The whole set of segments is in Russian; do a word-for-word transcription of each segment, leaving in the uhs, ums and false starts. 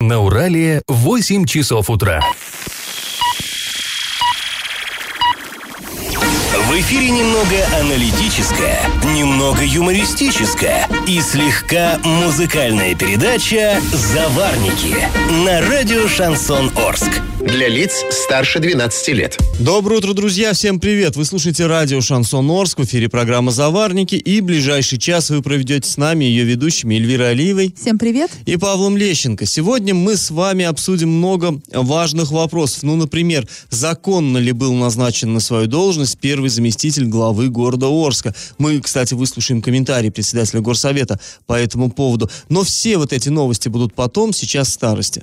На Урале восемь часов утра. В эфире немного аналитическая, немного юмористическая и слегка музыкальная передача «Заварники» на радио «Шансон Орск». Для лиц старше двенадцати лет. Доброе утро, друзья! Всем привет! Вы слушаете радио «Шансон Орск», в эфире программа «Заварники», и ближайший час вы проведете с нами, ее ведущими Эльвирой Алиевой. Всем привет! И Павлом Лещенко. Сегодня мы с вами обсудим много важных вопросов. Ну, например, законно ли был назначен на свою должность первый заместитель главы города Орска? Мы, кстати, выслушаем комментарий председателя горсовета по этому поводу. Но все вот эти новости будут потом, сейчас в старости.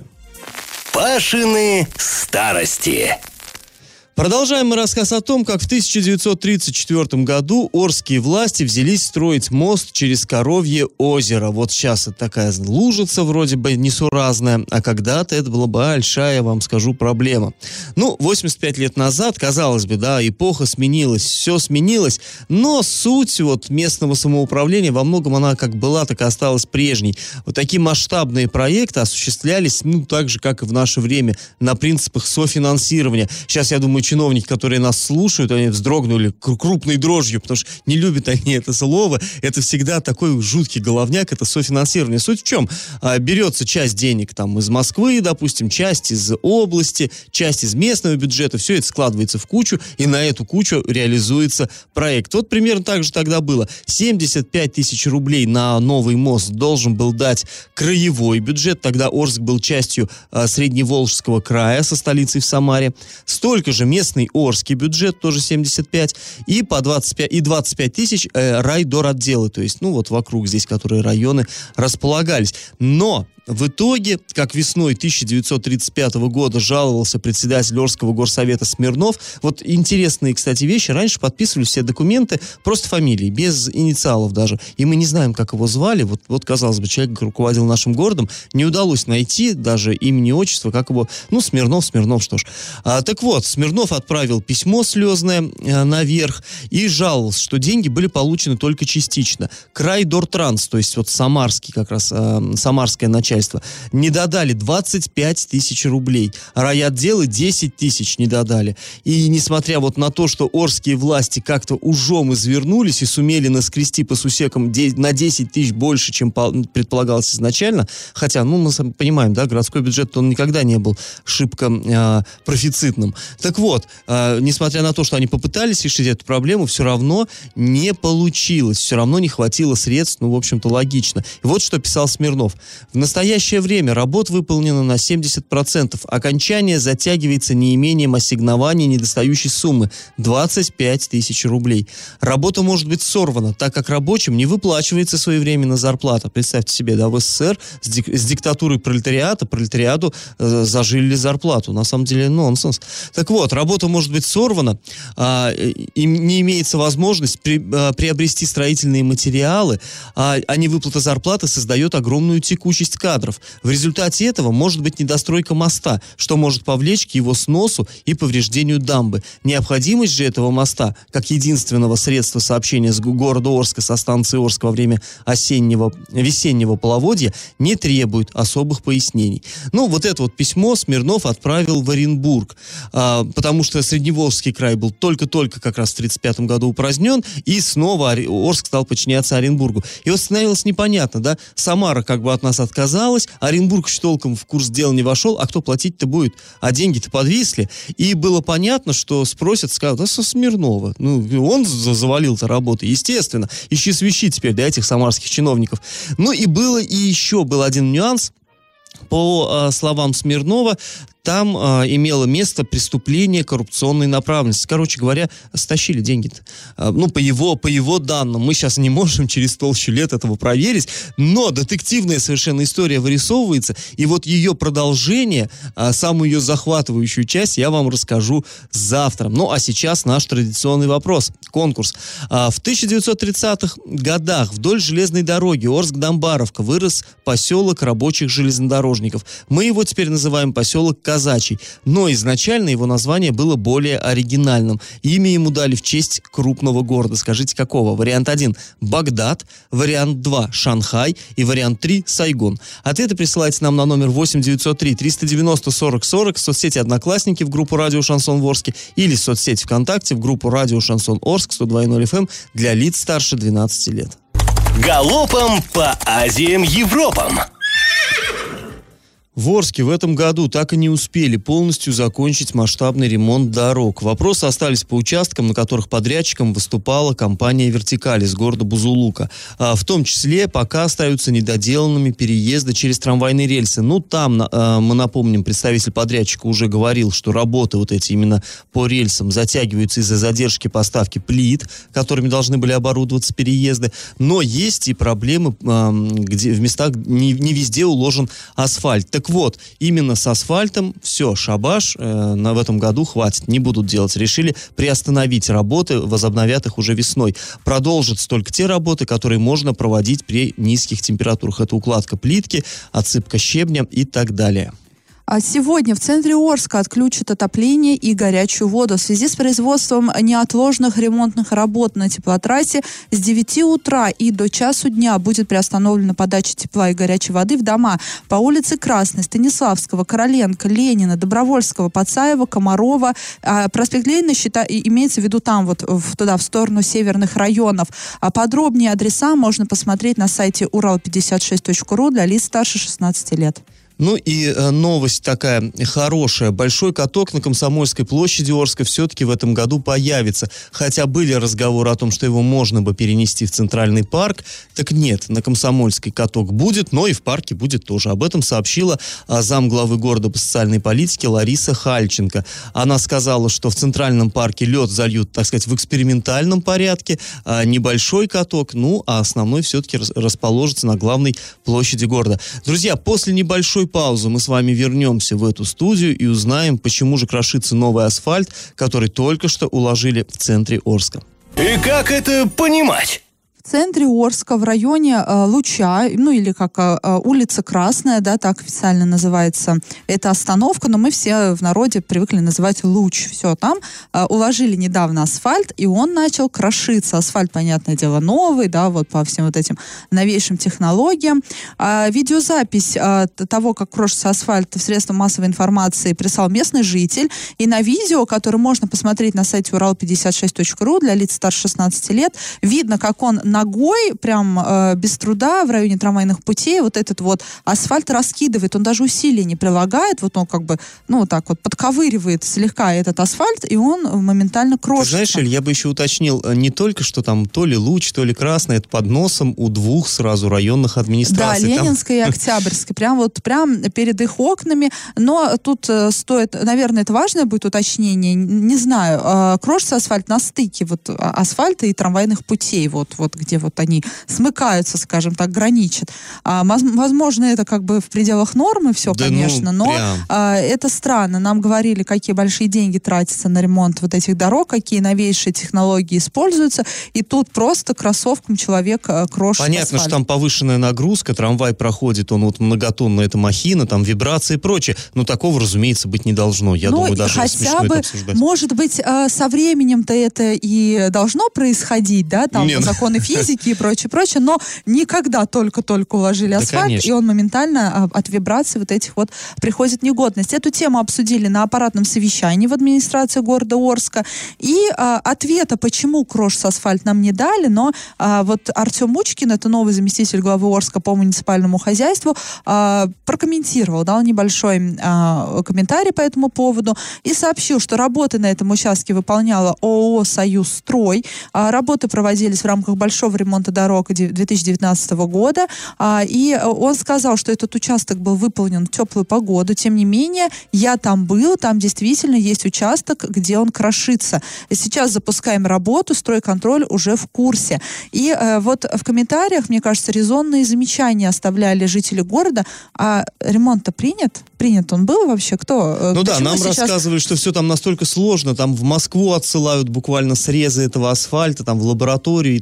Пашины старости. Продолжаем мы рассказ о том, как в тысяча девятьсот тридцать четвёртом году орские власти взялись строить мост через Коровье озеро. Вот сейчас это такая лужица вроде бы несуразная, а когда-то это была большая, вам скажу, проблема. Ну, восемьдесят пять лет назад, казалось бы, да, эпоха сменилась, все сменилось, но суть вот местного самоуправления во многом она как была, так и осталась прежней. Вот такие масштабные проекты осуществлялись, ну, так же, как и в наше время, на принципах софинансирования. Сейчас, я думаю, чиновники, которые нас слушают, они вздрогнули крупной дрожью, потому что не любят они это слово. Это всегда такой жуткий головняк, это софинансирование. Суть в чем? А, берется часть денег там из Москвы, допустим, часть из области, часть из местного бюджета, все это складывается в кучу, и на эту кучу реализуется проект. Вот примерно так же тогда было. семьдесят пять тысяч рублей на новый мост должен был дать краевой бюджет. Тогда Орск был частью а, Средневолжского края со столицей в Самаре. Столько же местный Орский бюджет, тоже семьдесят пять, и по двадцать пять, и двадцать пять тысяч э, райдоротделы, то есть, ну, вот вокруг здесь, которые районы располагались. Но в итоге, как весной тысяча девятьсот тридцать пятого года жаловался председатель Орского горсовета Смирнов, вот интересные, кстати, вещи, раньше подписывали все документы просто фамилии, без инициалов даже, и мы не знаем, как его звали, вот, вот казалось бы, человек руководил нашим городом, не удалось найти даже имени, отчества, как его, ну, Смирнов, Смирнов, что ж. А, так вот, Смирнов отправил письмо слезное а, наверх и жаловался, что деньги были получены только частично. Крайдортранс, то есть вот самарский как раз, а, самарское начальство, не додали двадцать пять тысяч рублей. Райотделы десять тысяч не додали. И несмотря вот на то, что орские власти как-то ужом извернулись и сумели наскрести по сусекам на десять тысяч больше, чем предполагалось изначально, хотя, ну, мы понимаем, да, городской бюджет, он никогда не был шибко э, профицитным. Так вот, э, несмотря на то, что они попытались решить эту проблему, все равно не получилось, все равно не хватило средств, ну, в общем-то, логично. И вот что писал Смирнов. В настоящее В настоящее время работ выполнено на семьдесят процентов. Окончание затягивается неимением ассигнования недостающей суммы двадцать пять тысяч рублей. Работа может быть сорвана, так как рабочим не выплачивается своевременно зарплата. Представьте себе, да, в СССР с, дик- с диктатурой пролетариата пролетариату э, зажили зарплату. На самом деле нонсенс. Так вот, работа может быть сорвана, э, и не имеется возможность при, э, приобрести строительные материалы, а, а невыплата зарплаты создает огромную текучесть кадров. В результате этого может быть недостройка моста, что может повлечь к его сносу и повреждению дамбы. Необходимость же этого моста, как единственного средства сообщения с города Орска со станции Орск во время осеннего, весеннего половодья, не требует особых пояснений. Ну, вот это вот письмо Смирнов отправил в Оренбург, а, потому что Средневолжский край был только-только как раз в тридцать пятом году упразднен, и снова Орск стал подчиняться Оренбургу. И вот становилось непонятно, да, Самара как бы от нас отказалась, Оренбург еще толком в курс дела не вошел, а кто платить-то будет? А деньги-то подвисли. И было понятно, что спросят, скажут, да со Смирнова. Ну, он завалил-то работу, естественно. Ищи свищи теперь, да, этих самарских чиновников. Ну, и было, и еще был один нюанс. По э, словам Смирнова, там э, имело место преступление коррупционной направленности. Короче говоря, стащили деньги-то. Э, ну, по его, по его данным. Мы сейчас не можем через толщу лет этого проверить, но детективная совершенно история вырисовывается, и вот ее продолжение, э, самую ее захватывающую часть я вам расскажу завтра. Ну, а сейчас наш традиционный вопрос. Конкурс. Э, в тысяча девятьсот тридцатых годах вдоль железной дороги Орск-Домбаровка вырос поселок рабочих железнодорожников. Мы его теперь называем поселок Казань. казачий. Но изначально его название было более оригинальным. Имя ему дали в честь крупного города. Скажите, какого? Вариант один – Багдад, вариант два – Шанхай и вариант три – Сайгон. Ответы присылайте нам на номер восемь девятьсот три триста девяносто сорок сорок, в соцсети «Одноклассники» в группу «Радио Шансон Орске» или в соцсети ВКонтакте в группу «Радио Шансон Орск» сто два и ноль эф эм для лиц старше двенадцати лет. Галопом по Азиям Европам! В Орске в этом году так и не успели полностью закончить масштабный ремонт дорог. Вопросы остались по участкам, на которых подрядчиком выступала компания «Вертикаль» из города Бузулука. А в том числе пока остаются недоделанными переезды через трамвайные рельсы. Ну, там, а, мы напомним, представитель подрядчика уже говорил, что работы вот эти именно по рельсам затягиваются из-за задержки поставки плит, которыми должны были оборудоваться переезды. Но есть и проблемы, а, где в местах не, не везде уложен асфальт. Так вот, именно с асфальтом все, шабаш э, на, в этом году хватит, не будут делать. Решили приостановить работы, возобновят их уже весной. Продолжатся только те работы, которые можно проводить при низких температурах. Это укладка плитки, отсыпка щебня и так далее. А сегодня в центре Орска отключат отопление и горячую воду. В связи с производством неотложных ремонтных работ на теплотрассе с девяти утра и до часу дня будет приостановлена подача тепла и горячей воды в дома по улице Красной, Станиславского, Короленко, Ленина, Добровольского, Пацаева, Комарова. А проспект Ленина счита, имеется в виду там, вот в, туда, в сторону северных районов. А подробнее адреса можно посмотреть на сайте урал пятьдесят шесть точка ру для лиц старше шестнадцати лет. Ну и э, новость такая хорошая. Большой каток на Комсомольской площади Орска все-таки в этом году появится. Хотя были разговоры о том, что его можно бы перенести в Центральный парк. Так нет, на Комсомольской каток будет, но и в парке будет тоже. Об этом сообщила а, замглавы города по социальной политике Лариса Хальченко. Она сказала, что в Центральном парке лед зальют, так сказать, в экспериментальном порядке. А небольшой каток, ну а основной все-таки рас- расположится на главной площади города. Друзья, после небольшой паузу мы с вами вернемся в эту студию и узнаем, почему же крошится новый асфальт, который только что уложили в центре Орска. И как это понимать? В центре Орска, в районе э, Луча, ну или как э, улица Красная, да, так официально называется эта остановка, но мы все в народе привыкли называть Луч. Все, там э, уложили недавно асфальт, и он начал крошиться. Асфальт, понятное дело, новый, да, вот по всем вот этим новейшим технологиям. А, видеозапись а, того, как крошится асфальт в средствах массовой информации, прислал местный житель, и на видео, которое можно посмотреть на сайте урал пятьдесят шесть точка ру для лиц старше шестнадцати лет, видно, как он ногой, прям э, без труда в районе трамвайных путей вот этот вот асфальт раскидывает, он даже усилий не прилагает, вот он как бы, ну, вот так вот подковыривает слегка этот асфальт, и он моментально крошится. Ты знаешь, Эль, я бы еще уточнил, не только, что там то ли Луч, то ли Красный, это под носом у двух сразу районных администраций. Да, Ленинская там... и Октябрьская, прям вот прям перед их окнами, но тут э, стоит, наверное, это важное будет уточнение, не знаю, э, крошится асфальт на стыке вот асфальта и трамвайных путей, вот, вот где вот они смыкаются, скажем так, граничат. А, возможно, это как бы в пределах нормы все, да, конечно, ну, но а, это странно. Нам говорили, какие большие деньги тратятся на ремонт вот этих дорог, какие новейшие технологии используются, и тут просто кроссовком человек а, крошит Понятно, асфальт. Что там повышенная нагрузка, трамвай проходит, он вот многотонная, это махина, там вибрации и прочее, но такого, разумеется, быть не должно. Я ну, думаю, даже хотя смешно бы, это обсуждать. Может быть, со временем-то это и должно происходить, да, там Нет. законы физики и прочее, прочее, но никогда только-только уложили Да, асфальт, конечно. и он моментально от вибраций вот этих вот приходит в негодность. Эту тему обсудили на аппаратном совещании в администрации города Орска, и а, ответа, почему крошится асфальт, нам не дали, но а, вот Артем Мучкин, это новый заместитель главы Орска по муниципальному хозяйству, а, прокомментировал, дал небольшой а, комментарий по этому поводу и сообщил, что работы на этом участке выполняла ООО «Союзстрой». А, работы проводились в рамках большого ремонта дорог две тысячи девятнадцатого года, а, и он сказал, что этот участок был выполнен в теплую погоду. Тем не менее, я там был, там действительно есть участок, где он крошится. Сейчас запускаем работу, стройконтроль уже в курсе. И э, вот в комментариях, мне кажется, резонные замечания оставляли жители города. А ремонт-то принят? Принят он был вообще? Кто? Ну да, нам сейчас... рассказывали, что все там настолько сложно, там в Москву отсылают буквально срезы этого асфальта, там в лабораторию и так далее,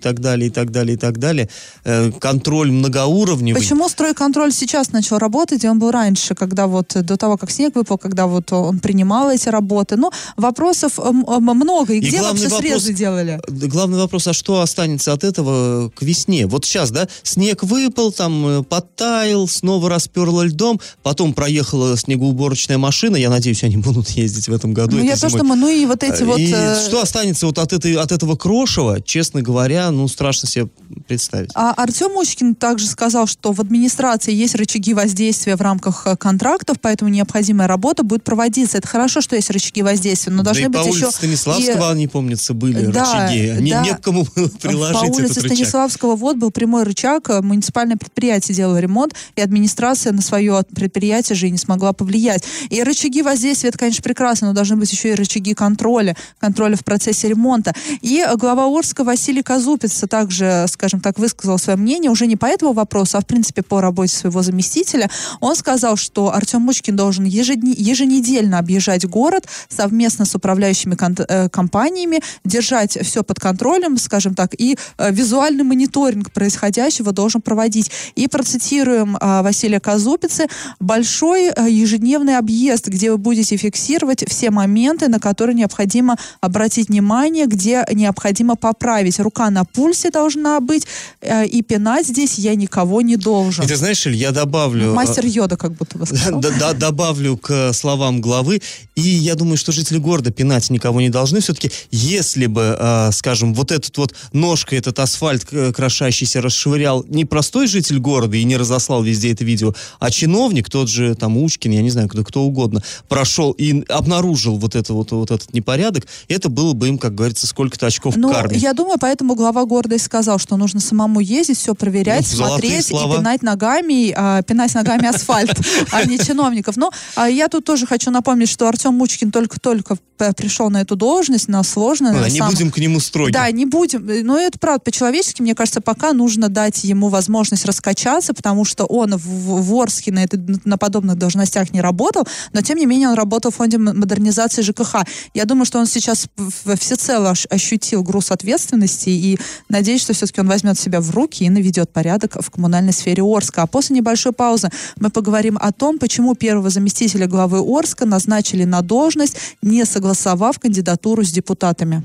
далее, и так далее, и так далее. Э, контроль многоуровневый. Почему стройконтроль сейчас начал работать, и он был раньше, когда вот до того, как снег выпал, когда вот он принимал эти работы? Ну, вопросов много. И, и где вообще вопрос, срезы делали? Главный вопрос, а что останется от этого к весне? Вот сейчас, да, снег выпал, там подтаял, снова расперло льдом, потом проехала снегоуборочная машина, я надеюсь, они будут ездить в этом году. Ну, я то, что мы, ну и вот эти вот... И э... что останется вот от, этой, от этого крошева, честно говоря, ну, страшно себе представить. А Артем Мучкин также сказал, что в администрации есть рычаги воздействия в рамках контрактов, поэтому необходимая работа будет проводиться. Это хорошо, что есть рычаги воздействия, но должны да быть еще... по улице Станиславского, и... не помнится, были да, рычаги. Не, да. Не к кому было приложить по улице этот рычаг. Станиславского вот был прямой рычаг, муниципальное предприятие делало ремонт, и администрация на свое предприятие же и не смогла повлиять. И рычаги воздействия, это, конечно, прекрасно, но должны быть еще и рычаги контроля, контроля в процессе ремонта. И глава Орска Василий Казупиц также, скажем так, высказал свое мнение, уже не по этому вопросу, а в принципе по работе своего заместителя. Он сказал, что Артем Мучкин должен ежедни, еженедельно объезжать город совместно с управляющими кон, э, компаниями, держать все под контролем, скажем так, и э, визуальный мониторинг происходящего должен проводить. И процитируем э, Василия Казупицы: большой э, ежедневный объезд, где вы будете фиксировать все моменты, на которые необходимо обратить внимание, где необходимо поправить. Рука на пульсе должна быть, э, и пинать здесь я никого не должен. И ты знаешь, Иль, я добавлю... Мастер Йода как будто бы сказал. Добавлю к словам главы, и я думаю, что жители города пинать никого не должны. Все-таки, если бы, скажем, вот этот вот ножкой, этот асфальт крошащийся расшвырял не простой житель города и не разослал везде это видео, а чиновник, тот же там Учкин, я не знаю, кто, кто угодно, прошел и обнаружил вот, это, вот, вот этот непорядок, это было бы им, как говорится, сколько-то очков ну, в карме. Я думаю, поэтому глава города и сказал, что нужно самому ездить, все проверять, ну, смотреть и пинать ногами, а, пинать ногами асфальт, а не чиновников. Но а, я тут тоже хочу напомнить, что Артем Мучкин только-только пришел на эту должность, на сложную. Ну, да, не сам... будем к нему строги. Да, не будем. Но это правда, по-человечески, мне кажется, пока нужно дать ему возможность раскачаться, потому что он в, в Орске на, это, на подобных должностях не работал, но тем не менее он работал в фонде модернизации ЖКХ. Я думаю, что он сейчас всецело ощутил груз ответственности, и надеюсь, что все-таки он возьмет себя в руки и наведет порядок в коммунальной сфере Орска. А после небольшой паузы мы поговорим о том, почему первого заместителя главы Орска назначили на должность, не согласовав кандидатуру с депутатами.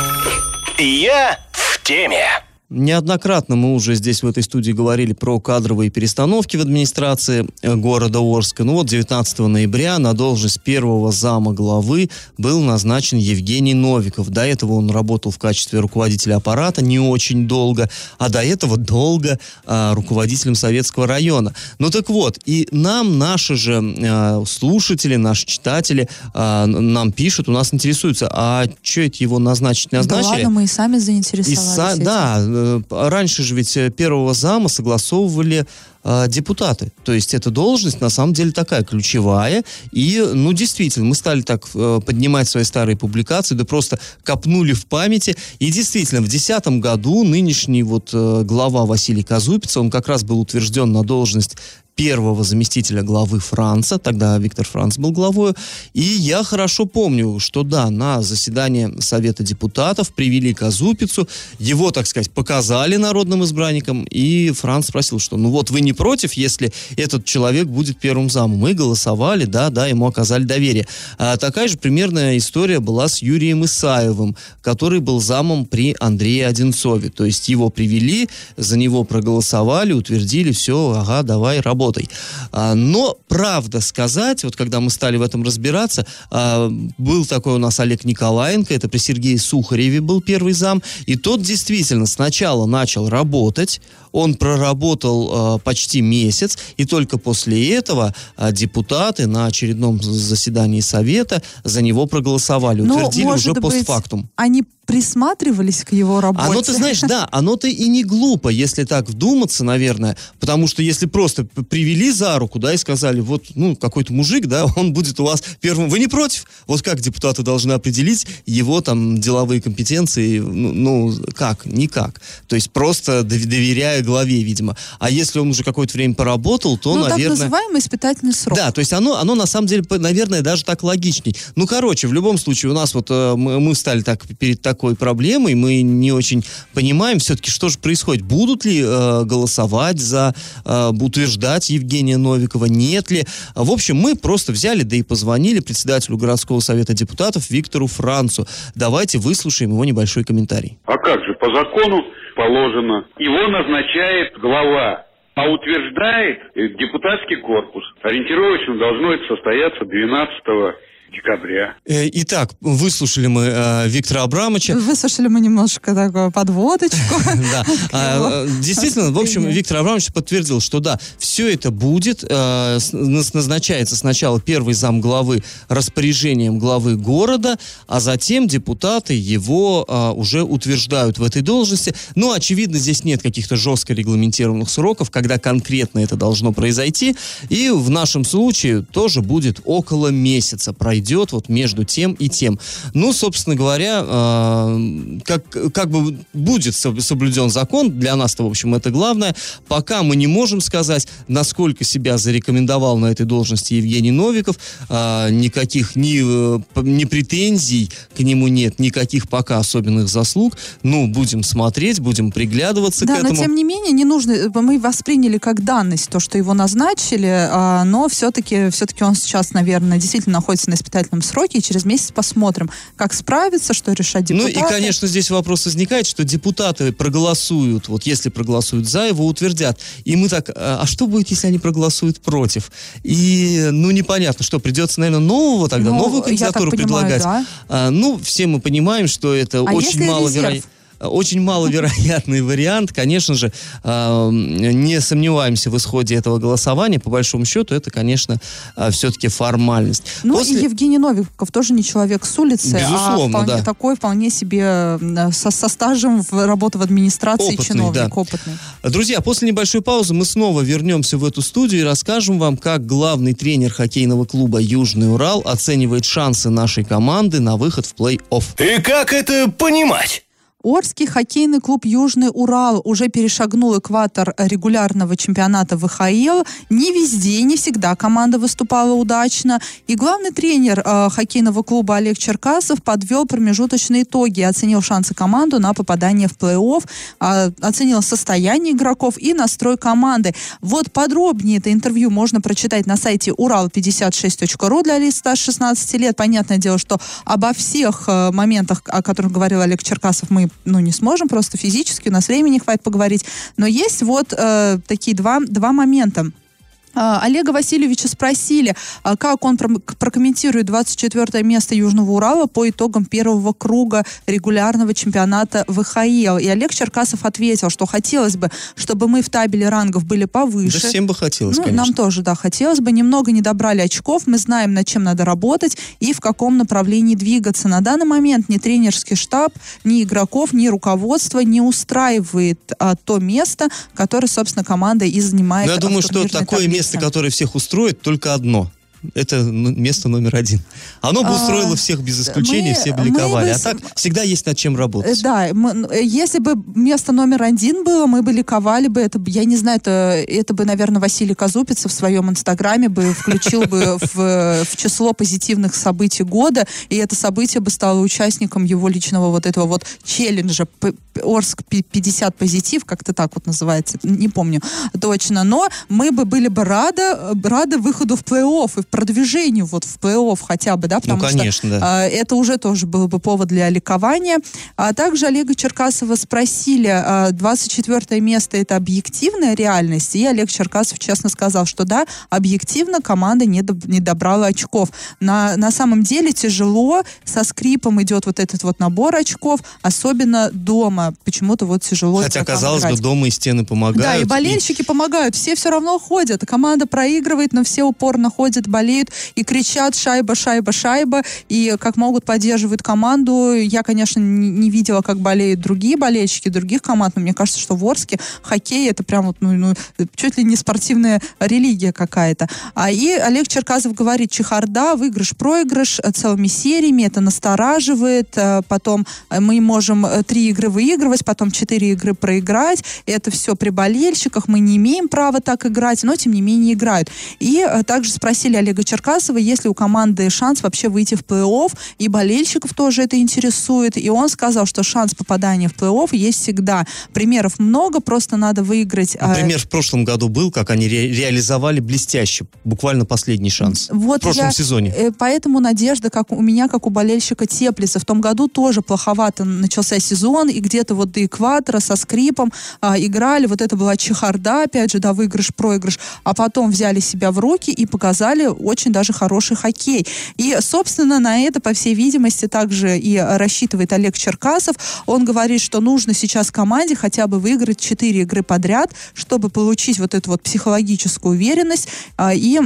Я в теме. Неоднократно мы уже здесь в этой студии говорили про кадровые перестановки в администрации города Орска. Ну вот девятнадцатого ноября на должность первого зама главы был назначен Евгений Новиков. До этого он работал в качестве руководителя аппарата не очень долго, а до этого долго а, руководителем Советского района. Ну так вот, и нам наши же а, слушатели, наши читатели а, нам пишут, у нас интересуются, а что это его назначить назначили? Да ладно, мы и сами заинтересовались. И са- да, раньше же ведь первого зама согласовывали э, депутаты. То есть эта должность на самом деле такая ключевая. И, ну, действительно, мы стали так э, поднимать свои старые публикации, да просто копнули в памяти. И действительно, в две тысячи десятом году нынешний вот э, глава Василий Казупиц, он как раз был утвержден на должность первого заместителя главы Франца, тогда Виктор Франц был главой, и я хорошо помню, что да, на заседание Совета депутатов привели Казупицу, его, так сказать, показали народным избранникам, и Франц спросил, что ну вот вы не против, если этот человек будет первым замом? Мы голосовали, да, да, ему оказали доверие. А такая же примерная история была с Юрием Исаевым, который был замом при Андрее Одинцове, то есть его привели, за него проголосовали, утвердили, все, ага, давай, работай. Но, правда сказать, вот когда мы стали в этом разбираться, был такой у нас Олег Николаенко, это при Сергее Сухареве был первый зам, и тот действительно сначала начал работать, он проработал э, почти месяц, и только после этого э, депутаты на очередном заседании Совета за него проголосовали, ну, утвердили уже быть, постфактум. Они присматривались к его работе. Оно, ты знаешь, да, оно-то и не глупо, если так вдуматься, наверное, потому что если просто привели за руку, да, и сказали, вот, ну, какой-то мужик, да, он будет у вас первым, вы не против? Вот как депутаты должны определить его там деловые компетенции? Ну, ну как? Никак. То есть просто доверяя главе, видимо. А если он уже какое-то время поработал, то, ну, наверное... так называемый испытательный срок. Да, то есть оно, оно на самом деле, наверное, даже так логичней. Ну, короче, в любом случае, у нас вот э, мы, мы стали так перед так такой проблемой. Мы не очень понимаем все-таки, что же происходит. Будут ли э, голосовать за, э, утверждать Евгения Новикова, нет ли. В общем, мы просто взяли, да и позвонили председателю городского совета депутатов Виктору Францу. Давайте выслушаем его небольшой комментарий. А как же, по закону положено. Его назначает глава, а утверждает депутатский корпус. Ориентировочно должно это состояться двенадцатого декабря. Итак, выслушали мы э, Виктора Абрамовича. Выслушали мы немножко такую подводочку. Да. Действительно, в общем, Виктор Абрамович подтвердил, что да, все это будет. Назначается сначала первый замглавы распоряжением главы города, а затем депутаты его уже утверждают в этой должности. Но, очевидно, здесь нет каких-то жестко регламентированных сроков, когда конкретно это должно произойти. И в нашем случае тоже будет около месяца пройдет вот между тем и тем. Ну, собственно говоря, э, как, как бы будет соблюден закон, для нас-то, в общем, это главное. Пока мы не можем сказать, насколько себя зарекомендовал на этой должности Евгений Новиков. Э, никаких ни, ни претензий к нему нет, никаких пока особенных заслуг. Ну, будем смотреть, будем приглядываться да, к этому. Но, тем не менее, не нужно, мы восприняли как данность то, что его назначили, э, но все-таки, все-таки он сейчас, наверное, действительно находится на испытательном сроке, и через месяц посмотрим, как справиться, что решать депутаты. Ну и, конечно, здесь вопрос возникает, что депутаты проголосуют, вот если проголосуют за, его утвердят. И мы так, а что будет, если они проголосуют против? И, ну, непонятно, что, придется, наверное, нового тогда, ну, новую кандидатуру предлагать. Да. А, ну, все мы понимаем, что это а очень маловероятно. Очень маловероятный вариант. Конечно же, э, не сомневаемся в исходе этого голосования. По большому счету, это, конечно, э, все-таки формальность. Ну После... и Евгений Новиков тоже не человек с улицы, безусловно, а вполне да. такой, вполне себе со, со стажем в работы в администрации, опытный, чиновник, да. опытный. Друзья, после небольшой паузы мы снова вернемся в эту студию и расскажем вам, как главный тренер хоккейного клуба «Южный Урал» оценивает шансы нашей команды на выход в плей-офф. И как это понимать? Орский хоккейный клуб «Южный Урал» уже перешагнул экватор регулярного чемпионата вэ ха эл. Не везде, не всегда команда выступала удачно. И главный тренер э, хоккейного клуба Олег Черкасов подвел промежуточные итоги, оценил шансы команды на попадание в плей-офф, э, оценил состояние игроков и настрой команды. Вот подробнее это интервью можно прочитать на сайте урал пятьдесят шесть точка ру для лиц старше шестнадцати лет. Понятное дело, что обо всех э, моментах, о которых говорил Олег Черкасов, мы ну, не сможем, просто физически, у нас времени не хватит поговорить. Но есть вот э, такие два, два момента. Олега Васильевича спросили, как он прокомментирует двадцать четвёртое место Южного Урала по итогам первого круга регулярного чемпионата вэ ха эл. И Олег Черкасов ответил, что хотелось бы, чтобы мы в табеле рангов были повыше. Да всем бы хотелось, ну, конечно. Нам тоже, да, хотелось бы. Немного не добрали очков, мы знаем, над чем надо работать и в каком направлении двигаться. На данный момент ни тренерский штаб, ни игроков, ни руководство не устраивает а, то место, которое, собственно, команда и занимает. Но я думаю, что такое место, место, которое всех устроит, только одно. Это место номер один. Оно бы устроило а, всех без исключения, мы, все бы ликовали. Бы... А так всегда есть над чем работать. Да, мы, если бы место номер один было, мы бы ликовали бы. Это, я не знаю, это, это бы, наверное, Василий Казупица в своем инстаграме бы включил бы в, в число позитивных событий года, и это событие бы стало участником его личного вот этого вот челленджа Орск пятьдесят позитив, как-то так вот называется, не помню точно. Но мы бы были бы рады, рады выходу в плей-офф и продвижению вот в плей-офф хотя бы, да, потому ну, конечно, что да. э, это уже тоже был бы повод для ликования. А также Олега Черкасова спросили, э, двадцать четвёртое место это объективная реальность, и Олег Черкасов честно сказал, что да, объективно команда не, до, не добрала очков. На, на самом деле тяжело, со скрипом идет вот этот вот набор очков, особенно дома. Почему-то вот тяжело. Хотя, казалось бы, дома и стены помогают. Да, и болельщики и... помогают, все все равно ходят. Команда проигрывает, но все упорно ходят, болеют и кричат «шайба, шайба, шайба», и как могут поддерживают команду. Я, конечно, не, не видела, как болеют другие болельщики других команд, но мне кажется, что в Орске хоккей это прям вот, ну, ну, чуть ли не спортивная религия какая-то. А и Олег Черкасов говорит, чехарда, выигрыш-проигрыш целыми сериями, это настораживает, потом мы можем три игры выигрывать, потом четыре игры проиграть, это все при болельщиках, мы не имеем права так играть, но тем не менее играют. И также спросили Олега Олега Черкасова, есть ли у команды шанс вообще выйти в плей-офф, и болельщиков тоже это интересует, и он сказал, что шанс попадания в плей-офф есть всегда. Примеров много, просто надо выиграть. Например, в прошлом году был, как они ре- реализовали блестяще, буквально последний шанс. Вот в прошлом я, сезоне. Э, поэтому надежда, как у меня, как у болельщика, теплится. В том году тоже плоховато начался сезон, и где-то вот до экватора со скрипом а, играли, вот это была чехарда, опять же, да, выигрыш-проигрыш, а потом взяли себя в руки и показали очень даже хороший хоккей. И, собственно, на это, по всей видимости, также и рассчитывает Олег Черкасов. Он говорит, что нужно сейчас команде хотя бы выиграть четыре игры подряд, чтобы получить вот эту вот психологическую уверенность а, и...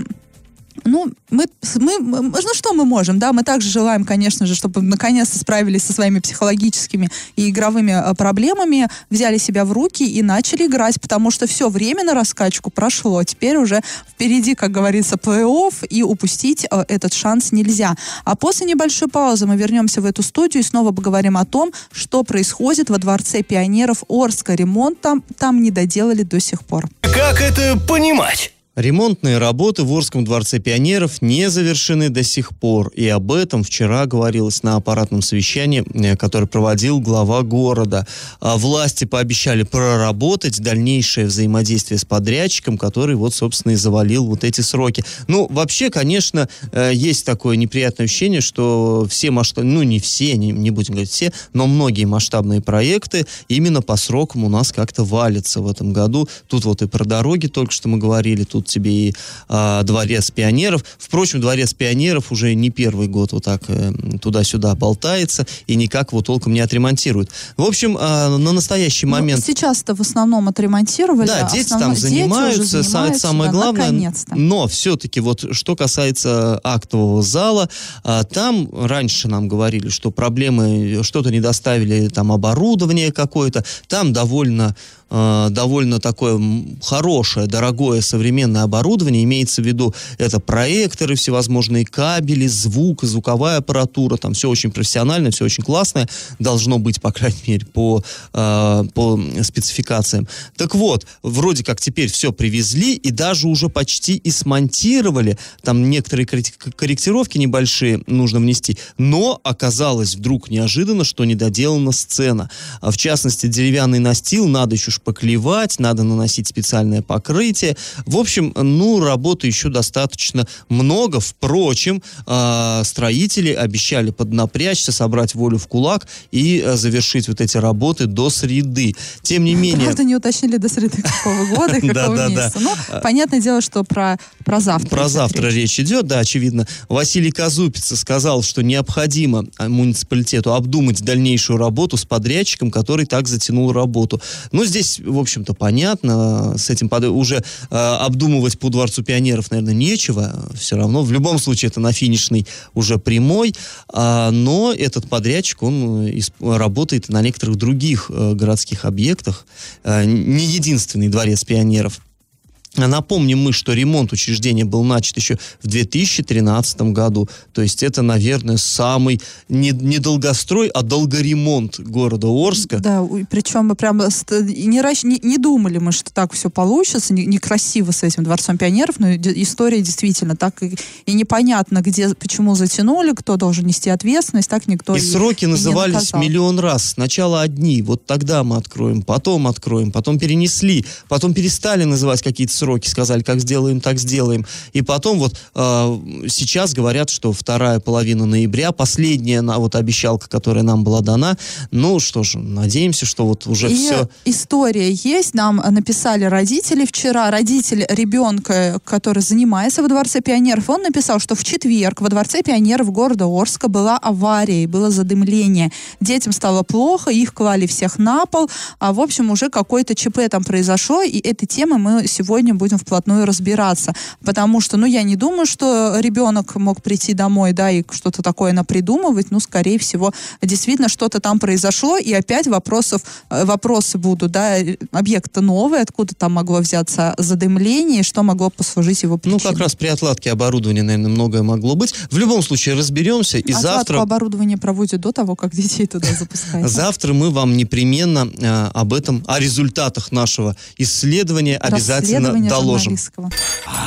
Ну, мы, мы, мы, ну, что мы можем, да, мы также желаем, конечно же, чтобы наконец-то справились со своими психологическими и игровыми а, проблемами, взяли себя в руки и начали играть, потому что все время на раскачку прошло, теперь уже впереди, как говорится, плей-офф, и упустить а, этот шанс нельзя. А после небольшой паузы мы вернемся в эту студию и снова поговорим о том, что происходит во Дворце пионеров Орска. Ремонт там, там не доделали до сих пор. Как это понимать? Ремонтные работы в Орском дворце пионеров не завершены до сих пор. И об этом вчера говорилось на аппаратном совещании, которое проводил глава города. Власти пообещали проработать дальнейшее взаимодействие с подрядчиком, который вот, собственно, и завалил вот эти сроки. Ну, вообще, конечно, есть такое неприятное ощущение, что все масштабные, ну, не все, не, не будем говорить все, но многие масштабные проекты именно по срокам у нас как-то валятся в этом году. Тут вот и про дороги только что мы говорили, тут тебе и а, Дворец пионеров. Впрочем, Дворец пионеров уже не первый год вот так э, туда-сюда болтается и никак его толком не отремонтируют. В общем, а, на настоящий момент... Ну, сейчас-то в основном отремонтировали. Да, дети основном... там занимаются, дети занимаются, это самое да, главное. Наконец-то. Но все-таки вот что касается актового зала, а, там раньше нам говорили, что проблемы, что-то не доставили, там оборудование какое-то, там довольно довольно такое хорошее, дорогое, современное оборудование, имеется в виду это проекторы, всевозможные кабели, звук, звуковая аппаратура, там все очень профессионально, все очень классное, должно быть, по крайней мере, по, э, по спецификациям. Так вот, вроде как теперь все привезли и даже уже почти и смонтировали, там некоторые корректировки небольшие нужно внести, но оказалось вдруг неожиданно, что недоделана сцена. В частности, деревянный настил надо еще поклевать, надо наносить специальное покрытие. В общем, ну, работы еще достаточно много. Впрочем, э, строители обещали поднапрячься, собрать волю в кулак и э, завершить вот эти работы до среды. Тем не менее... Правда, не уточнили до среды какого года и какого месяца. Ну, понятное дело, что про, про завтра. Про завтра речь идет, да, очевидно. Василий Казупица сказал, что необходимо муниципалитету обдумать дальнейшую работу с подрядчиком, который так затянул работу. Но здесь, в общем-то, понятно, с этим под... уже э, обдумывать по Дворцу пионеров, наверное, нечего, все равно. В любом случае, это на финишной уже прямой, э, но этот подрядчик, он исп... работает на некоторых других э, городских объектах, э, не единственный Дворец пионеров. Напомним мы, что ремонт учреждения был начат еще в две тысячи тринадцатом году. То есть это, наверное, самый не, не долгострой, а долгоремонт города Орска. Да, причем мы прямо не, не, не думали мы, что так все получится, не, некрасиво с этим Дворцом пионеров, но история действительно так и, и непонятно, где, почему затянули, кто должен нести ответственность, так никто и... И сроки и назывались миллион раз. Сначала одни, вот тогда мы откроем, потом откроем, потом перенесли, потом перестали называть какие-то сроки, сказали, как сделаем, так сделаем. И потом вот э, сейчас говорят, что вторая половина ноября, последняя вот обещалка, которая нам была дана. Ну что ж, надеемся, что вот уже и все... история есть. Нам написали родители вчера. Родитель ребенка, который занимается во Дворце пионеров, он написал, что в четверг во Дворце пионеров города Орска была авария, было задымление. Детям стало плохо, их клали всех на пол. А в общем, уже какое-то ЧП там произошло, и этой темой мы сегодня будем вплотную разбираться. Потому что, ну, я не думаю, что ребенок мог прийти домой, да, и что-то такое напридумывать. Ну, скорее всего, действительно что-то там произошло, и опять вопросов, вопросы будут, да, объект новый, откуда там могло взяться задымление, что могло послужить его причиной. Ну, как раз при отладке оборудования, наверное, многое могло быть. В любом случае, разберемся, и Отладку завтра... оборудование проводят до того, как детей туда запускают. Завтра мы вам непременно э, об этом, о результатах нашего исследования обязательно доложим. Журналистского.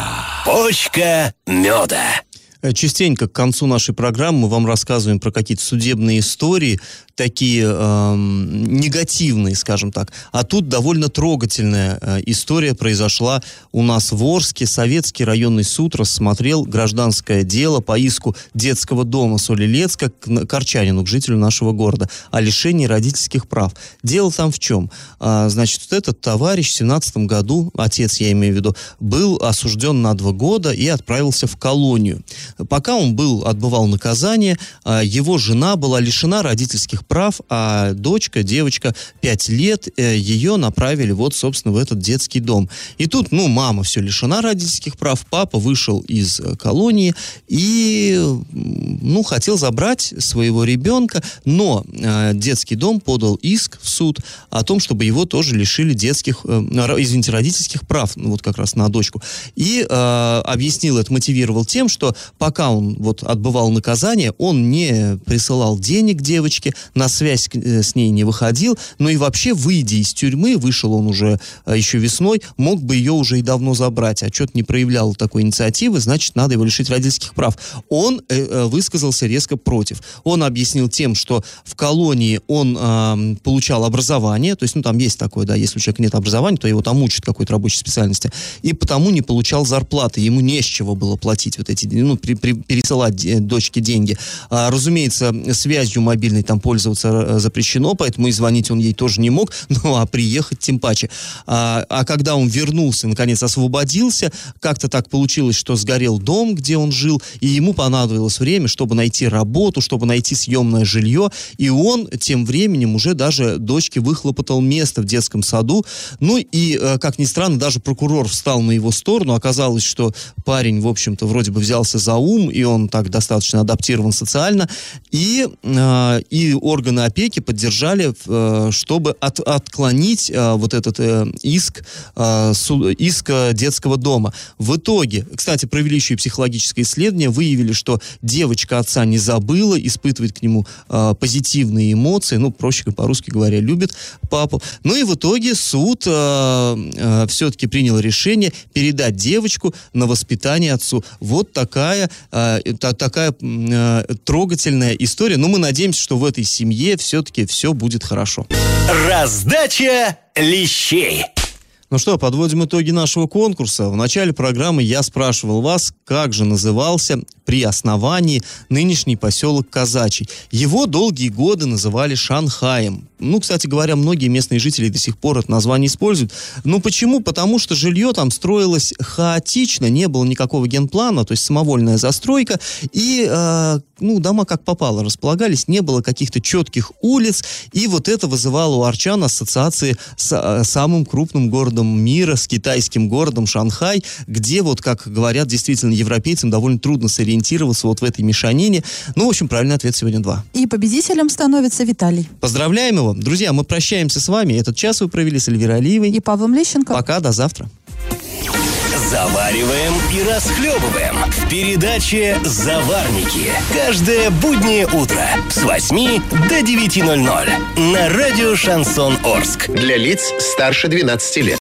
Почка меда. Частенько к концу нашей программы мы вам рассказываем про какие-то судебные истории, такие эм, негативные, скажем так. А тут довольно трогательная э, история произошла у нас в Орске. Советский районный суд рассмотрел гражданское дело по иску детского дома Солилецка к Корчанину, к жителю нашего города, о лишении родительских прав. Дело там в чем? А, значит, вот этот товарищ в семнадцатом году, отец я имею в виду, был осужден на два года и отправился в колонию. Пока он был, отбывал наказание, его жена была лишена родительских прав, а дочка, девочка, пять лет, ее направили вот, собственно, в этот детский дом. И тут, ну, мама все лишена родительских прав, папа вышел из колонии и, ну, хотел забрать своего ребенка, но э, детский дом подал иск в суд о том, чтобы его тоже лишили детских, э, извините, родительских прав, ну, вот как раз на дочку. И э, объяснил это, мотивировал тем, что пока он вот отбывал наказание, он не присылал денег девочке, на связь с ней не выходил, но и вообще, выйдя из тюрьмы, вышел он уже еще весной, мог бы ее уже и давно забрать, а что-то не проявлял такой инициативы, значит, надо его лишить родительских прав. Он э, высказался резко против. Он объяснил тем, что в колонии он э, получал образование, то есть, ну, там есть такое, да, если у человека нет образования, то его там учат какой-то рабочей специальности, и потому не получал зарплаты, ему не с чего было платить вот эти, ну, при, при, пересылать дочке деньги. А, разумеется, связью мобильной там пользоваться запрещено, поэтому и звонить он ей тоже не мог, ну, а приехать тем паче. А, а когда он вернулся, наконец освободился, как-то так получилось, что сгорел дом, где он жил, и ему понадобилось время, чтобы найти работу, чтобы найти съемное жилье, и он тем временем уже даже дочке выхлопотал место в детском саду. Ну и, как ни странно, даже прокурор встал на его сторону. Оказалось, что парень, в общем-то, вроде бы взялся за ум, и он так достаточно адаптирован социально, и, э, и органы опеки поддержали, э, чтобы от, отклонить э, вот этот э, иск, э, суд, иск детского дома. В итоге, кстати, провели еще и психологическое исследование, выявили, что девочка отца не забыла, испытывает к нему э, позитивные эмоции, ну, проще по-русски говоря, любит папу. Ну и в итоге суд э, э, все-таки принял решение передать девочку на воспитание отцу. Вот такая, э, та, такая э, трогательная история. Но мы надеемся, что в этой семье все-таки все будет хорошо. Раздача лещей. Ну что, подводим итоги нашего конкурса. В начале программы я спрашивал вас, как же назывался при основании нынешний поселок Казачий. Его долгие годы называли Шанхаем. Ну, кстати говоря, многие местные жители до сих пор это название используют. Ну, почему? Потому что жилье там строилось хаотично, не было никакого генплана, то есть самовольная застройка, и, э, ну, дома как попало располагались, не было каких-то четких улиц, и вот это вызывало у арчан ассоциации с э, самым крупным городом мира, с китайским городом Шанхай, где, вот, как говорят, действительно, европейцам довольно трудно сориентироваться вот в этой мешанине. Ну, в общем, правильный ответ сегодня два. И победителем становится Виталий. Поздравляем его. Друзья, мы прощаемся с вами. Этот час вы провели с Эльвирой Алиевой и Павлом Лещенко. Пока, до завтра. Завариваем и расхлебываем в передаче «Заварники». Каждое буднее утро с восьми до девяти ноль ноль на радио «Шансон Орск». Для лиц старше двенадцати лет.